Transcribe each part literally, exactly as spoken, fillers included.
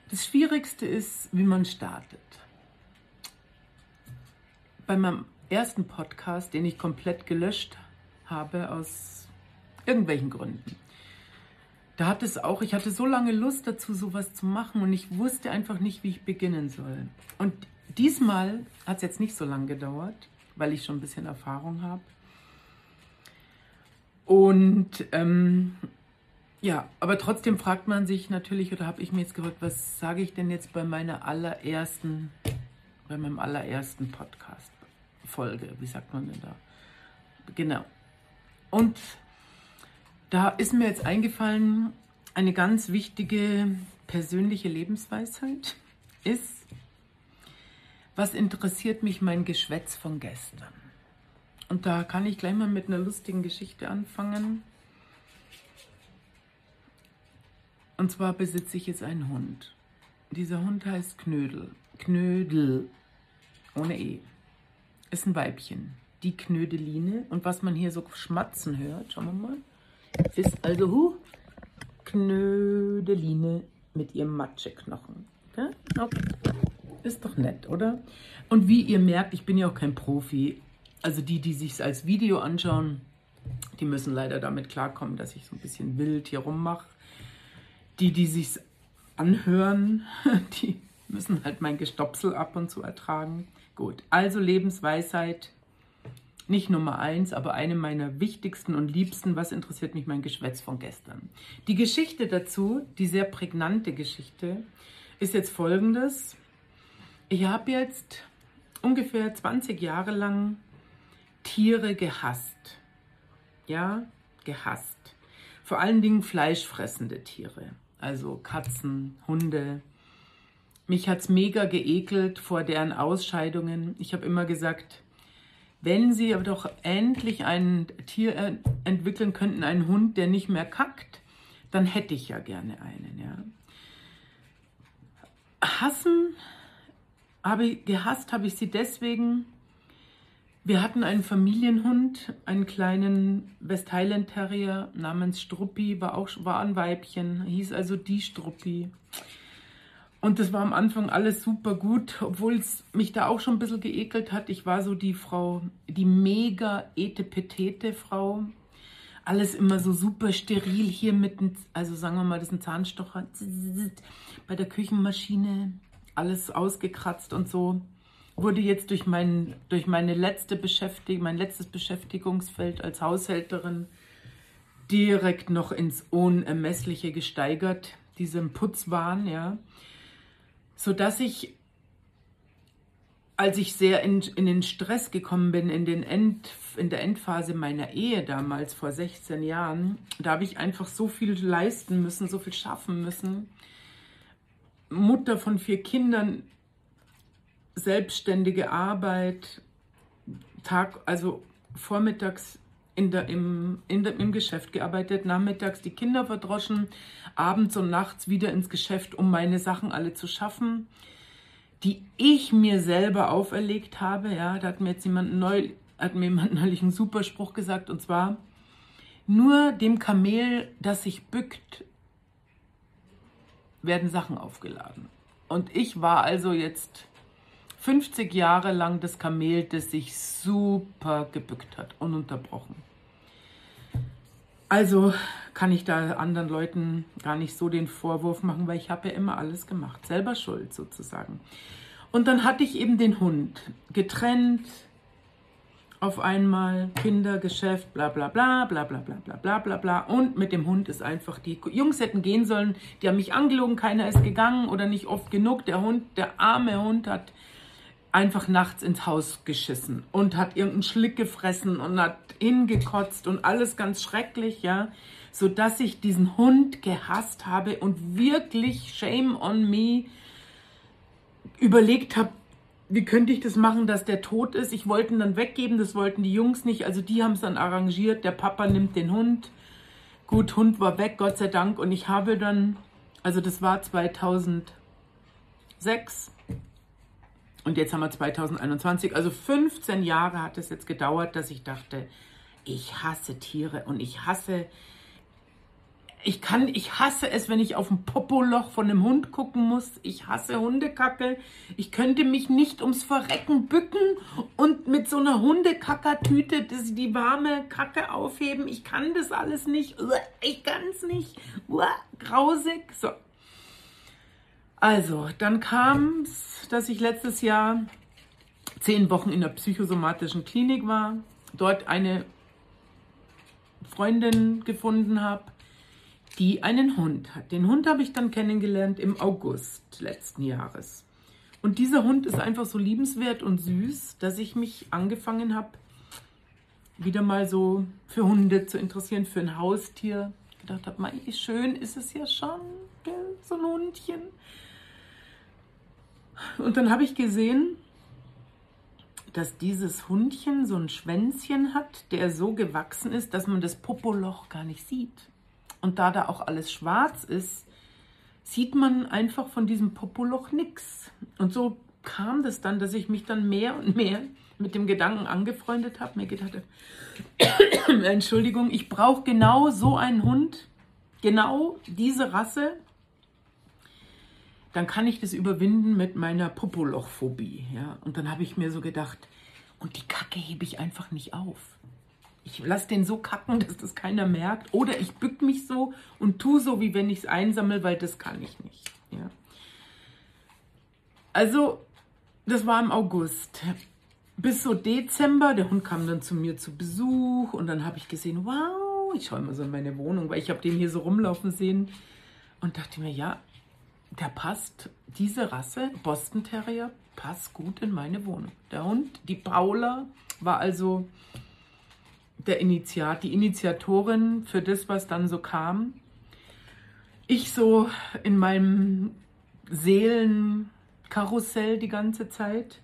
Das Schwierigste ist, wie man startet. Bei meinem ersten Podcast, den ich komplett gelöscht habe aus irgendwelchen Gründen, da hat es auch, ich hatte so lange Lust dazu, sowas zu machen und ich wusste einfach nicht, wie ich beginnen soll. Und diesmal hat es jetzt nicht so lange gedauert, weil ich schon ein bisschen Erfahrung habe. Und ähm, ja, aber trotzdem fragt man sich natürlich, oder habe ich mir jetzt gefragt, was sage ich denn jetzt bei meiner allerersten, bei meinem allerersten Podcast-Folge, wie sagt man denn da? Genau. Und da ist mir jetzt eingefallen, eine ganz wichtige persönliche Lebensweisheit ist, was interessiert mich mein Geschwätz von gestern? Und da kann ich gleich mal mit einer lustigen Geschichte anfangen. Und zwar besitze ich jetzt einen Hund. Dieser Hund heißt Knödel. Knödel, ohne E. Ist ein Weibchen. Die Knödeline. Und was man hier so schmatzen hört, schauen wir mal, ist also hu, Knödeline mit ihrem Matscheknochen. Okay? Okay. Ist doch nett, oder? Und wie ihr merkt, ich bin ja auch kein Profi. Also die, die sich als Video anschauen, die müssen leider damit klarkommen, dass ich so ein bisschen wild hier rummache. Die, die sich anhören, die müssen halt mein Gestopsel ab und zu ertragen. Gut, also Lebensweisheit. Nicht Nummer eins, aber eine meiner wichtigsten und liebsten, was interessiert mich mein Geschwätz von gestern. Die Geschichte dazu, die sehr prägnante Geschichte, ist jetzt folgendes. Ich habe jetzt ungefähr zwanzig Jahre lang Tiere gehasst. Ja, gehasst. Vor allen Dingen fleischfressende Tiere, also Katzen, Hunde. Mich hat es mega geekelt vor deren Ausscheidungen. Ich habe immer gesagt, wenn sie aber doch endlich ein Tier entwickeln könnten, einen Hund, der nicht mehr kackt, dann hätte ich ja gerne einen. Ja. Hassen, habe ich, gehasst habe ich sie deswegen, wir hatten einen Familienhund, einen kleinen West Highland Terrier namens Struppi, war auch war ein Weibchen, hieß also die Struppi. Und das war am Anfang alles super gut, obwohl es mich da auch schon ein bisschen geekelt hat. Ich war so die Frau, die mega etepetete Frau. Alles immer so super steril hier mit, also sagen wir mal, das ist ein Zahnstocher, bei der Küchenmaschine, alles ausgekratzt und so. Wurde jetzt durch, mein, durch meine letzte Beschäftigung, mein letztes Beschäftigungsfeld als Haushälterin direkt noch ins Unermessliche gesteigert, diesem Putzwahn, ja. Sodass ich, als ich sehr in, in den Stress gekommen bin, in, den End, in der Endphase meiner Ehe damals, vor sechzehn Jahren, da habe ich einfach so viel leisten müssen, so viel schaffen müssen. Mutter von vier Kindern, selbstständige Arbeit, Tag, also vormittags in der, im, in der, im Geschäft gearbeitet, nachmittags die Kinder verdroschen, abends und nachts wieder ins Geschäft, um meine Sachen alle zu schaffen, die ich mir selber auferlegt habe. Ja, da hat mir jetzt jemand neu, hat mir jemand neulich einen super Spruch gesagt, und zwar: Nur dem Kamel, das sich bückt, werden Sachen aufgeladen. Und ich war also jetzt fünfzig Jahre lang das Kamel, das sich super gebückt hat, ununterbrochen. Also kann ich da anderen Leuten gar nicht so den Vorwurf machen, weil ich habe ja immer alles gemacht, selber schuld sozusagen. Und dann hatte ich eben den Hund, getrennt, auf einmal, Kinder, Geschäft, bla bla bla, bla bla bla bla bla bla bla. Und mit dem Hund ist einfach, die Jungs hätten gehen sollen, die haben mich angelogen, keiner ist gegangen oder nicht oft genug. Der Hund, der arme Hund hat einfach nachts ins Haus geschissen und hat irgendeinen Schlick gefressen und hat hingekotzt und alles ganz schrecklich, ja, sodass ich diesen Hund gehasst habe und wirklich, shame on me, überlegt habe, wie könnte ich das machen, dass der tot ist. Ich wollte ihn dann weggeben, das wollten die Jungs nicht, also die haben es dann arrangiert, der Papa nimmt den Hund. Gut, Hund war weg, Gott sei Dank, und ich habe dann, also das war zweitausendsechs, und jetzt haben wir zweitausendeinundzwanzig, also fünfzehn Jahre hat es jetzt gedauert, dass ich dachte, ich hasse Tiere und ich hasse Ich kann, ich hasse es, wenn ich auf ein Popoloch von einem Hund gucken muss. Ich hasse Hundekacke. Ich könnte mich nicht ums Verrecken bücken und mit so einer Hundekackertüte das, die warme Kacke aufheben. Ich kann das alles nicht. Ich kann es nicht. Grausig. So. Also, dann kam es, dass ich letztes Jahr zehn Wochen in der psychosomatischen Klinik war. Dort eine Freundin gefunden habe, die einen Hund hat. Den Hund habe ich dann kennengelernt im August letzten Jahres. Und dieser Hund ist einfach so liebenswert und süß, dass ich mich angefangen habe, wieder mal so für Hunde zu interessieren, für ein Haustier. Ich gedacht habe, wie schön ist es ja schon, gell? So ein Hundchen. Und dann habe ich gesehen, dass dieses Hundchen so ein Schwänzchen hat, der so gewachsen ist, dass man das Popoloch gar nicht sieht. Und da da auch alles schwarz ist, sieht man einfach von diesem Popoloch nichts. Und so kam das dann, dass ich mich dann mehr und mehr mit dem Gedanken angefreundet habe. Mir gedacht habe, Entschuldigung, ich brauche genau so einen Hund, genau diese Rasse. Dann kann ich das überwinden mit meiner Popolochphobie. Ja? Und dann habe ich mir so gedacht, und die Kacke hebe ich einfach nicht auf. Ich lasse den so kacken, dass das keiner merkt. Oder ich bück mich so und tue so, wie wenn ich es einsammle, weil das kann ich nicht. Ja. Also, das war im August. Bis so Dezember, der Hund kam dann zu mir zu Besuch und dann habe ich gesehen, wow, ich schaue immer so in meine Wohnung, weil ich habe den hier so rumlaufen sehen und dachte mir, ja, der passt, diese Rasse, Boston Terrier, passt gut in meine Wohnung. Der Hund, die Paula, war also der Initiat, die Initiatorin für das, was dann so kam. Ich so in meinem Seelenkarussell die ganze Zeit.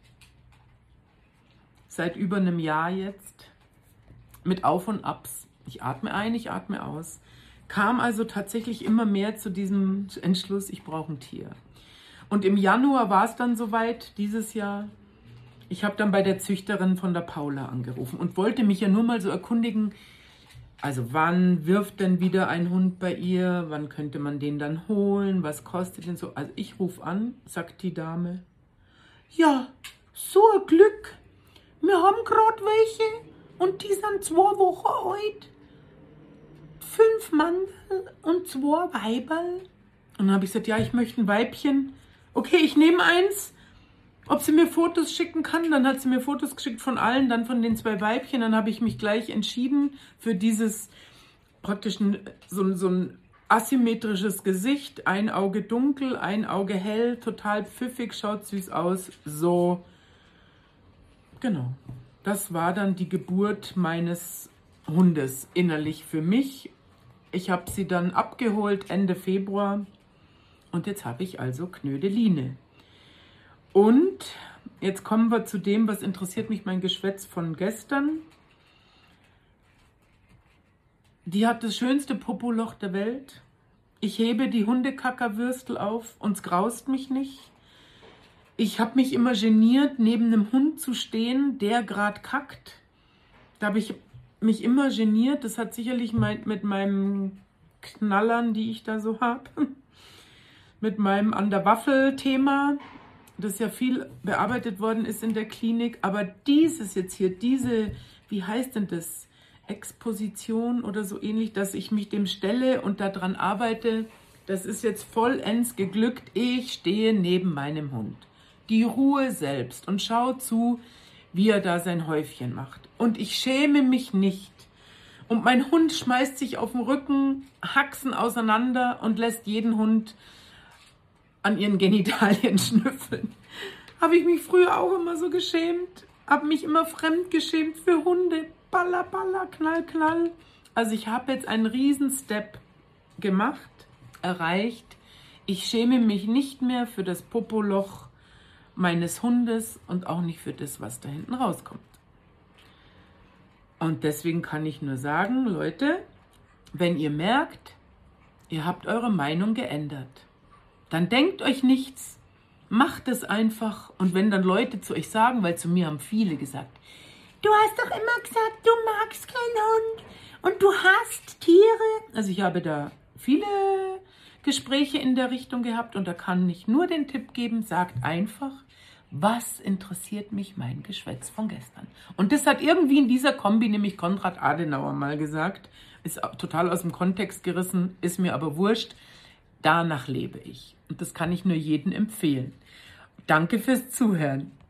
Seit über einem Jahr jetzt. Mit Auf und Abs. Ich atme ein, ich atme aus. Kam also tatsächlich immer mehr zu diesem Entschluss, ich brauche ein Tier. Und im Januar war es dann soweit, dieses Jahr. Ich habe dann bei der Züchterin von der Paula angerufen und wollte mich ja nur mal so erkundigen, also wann wirft denn wieder ein Hund bei ihr, wann könnte man den dann holen, was kostet denn so. Also ich rufe an, sagt die Dame, ja, so ein Glück, wir haben gerade welche und die sind zwei Wochen alt, fünf Mandel und zwei Weiberl. Und dann habe ich gesagt, ja, ich möchte ein Weibchen, okay, ich nehme eins. Ob sie mir Fotos schicken kann, dann hat sie mir Fotos geschickt von allen, dann von den zwei Weibchen. Dann habe ich mich gleich entschieden für dieses praktisch ein, so, so ein asymmetrisches Gesicht. Ein Auge dunkel, ein Auge hell, total pfiffig, schaut süß aus. So, genau. Das war dann die Geburt meines Hundes innerlich für mich. Ich habe sie dann abgeholt Ende Februar und jetzt habe ich also Knödeline. Und jetzt kommen wir zu dem, was interessiert mich, mein Geschwätz von gestern. Die hat das schönste Popoloch der Welt. Ich hebe die Hundekackerwürstel auf und es graust mich nicht. Ich habe mich immer geniert, neben einem Hund zu stehen, der gerade kackt. Da habe ich mich immer geniert. Das hat sicherlich mein, mit meinem Knallern, die ich da so habe, mit meinem An der Waffel-Thema, das ja viel bearbeitet worden ist in der Klinik, aber dieses jetzt hier, diese, wie heißt denn das, Exposition oder so ähnlich, dass ich mich dem stelle und daran arbeite, das ist jetzt vollends geglückt. Ich stehe neben meinem Hund. Die Ruhe selbst und schau zu, wie er da sein Häufchen macht. Und ich schäme mich nicht. Und mein Hund schmeißt sich auf den Rücken, Haxen auseinander und lässt jeden Hund an ihren Genitalien schnüffeln. Habe ich mich früher auch immer so geschämt. Habe mich immer fremd geschämt für Hunde. Baller, baller, knall, knall. Also ich habe jetzt einen riesen Step gemacht, erreicht. Ich schäme mich nicht mehr für das Popoloch meines Hundes und auch nicht für das, was da hinten rauskommt. Und deswegen kann ich nur sagen, Leute, wenn ihr merkt, ihr habt eure Meinung geändert, dann denkt euch nichts, macht es einfach. Und wenn dann Leute zu euch sagen, weil zu mir haben viele gesagt, du hast doch immer gesagt, du magst keinen Hund und du hasst Tiere. Also ich habe da viele Gespräche in der Richtung gehabt und da kann ich nur den Tipp geben, sagt einfach, was interessiert mich mein Geschwätz von gestern? Und das hat irgendwie in dieser Kombi nämlich Konrad Adenauer mal gesagt, ist total aus dem Kontext gerissen, ist mir aber wurscht, danach lebe ich. Und das kann ich nur jedem empfehlen. Danke fürs Zuhören.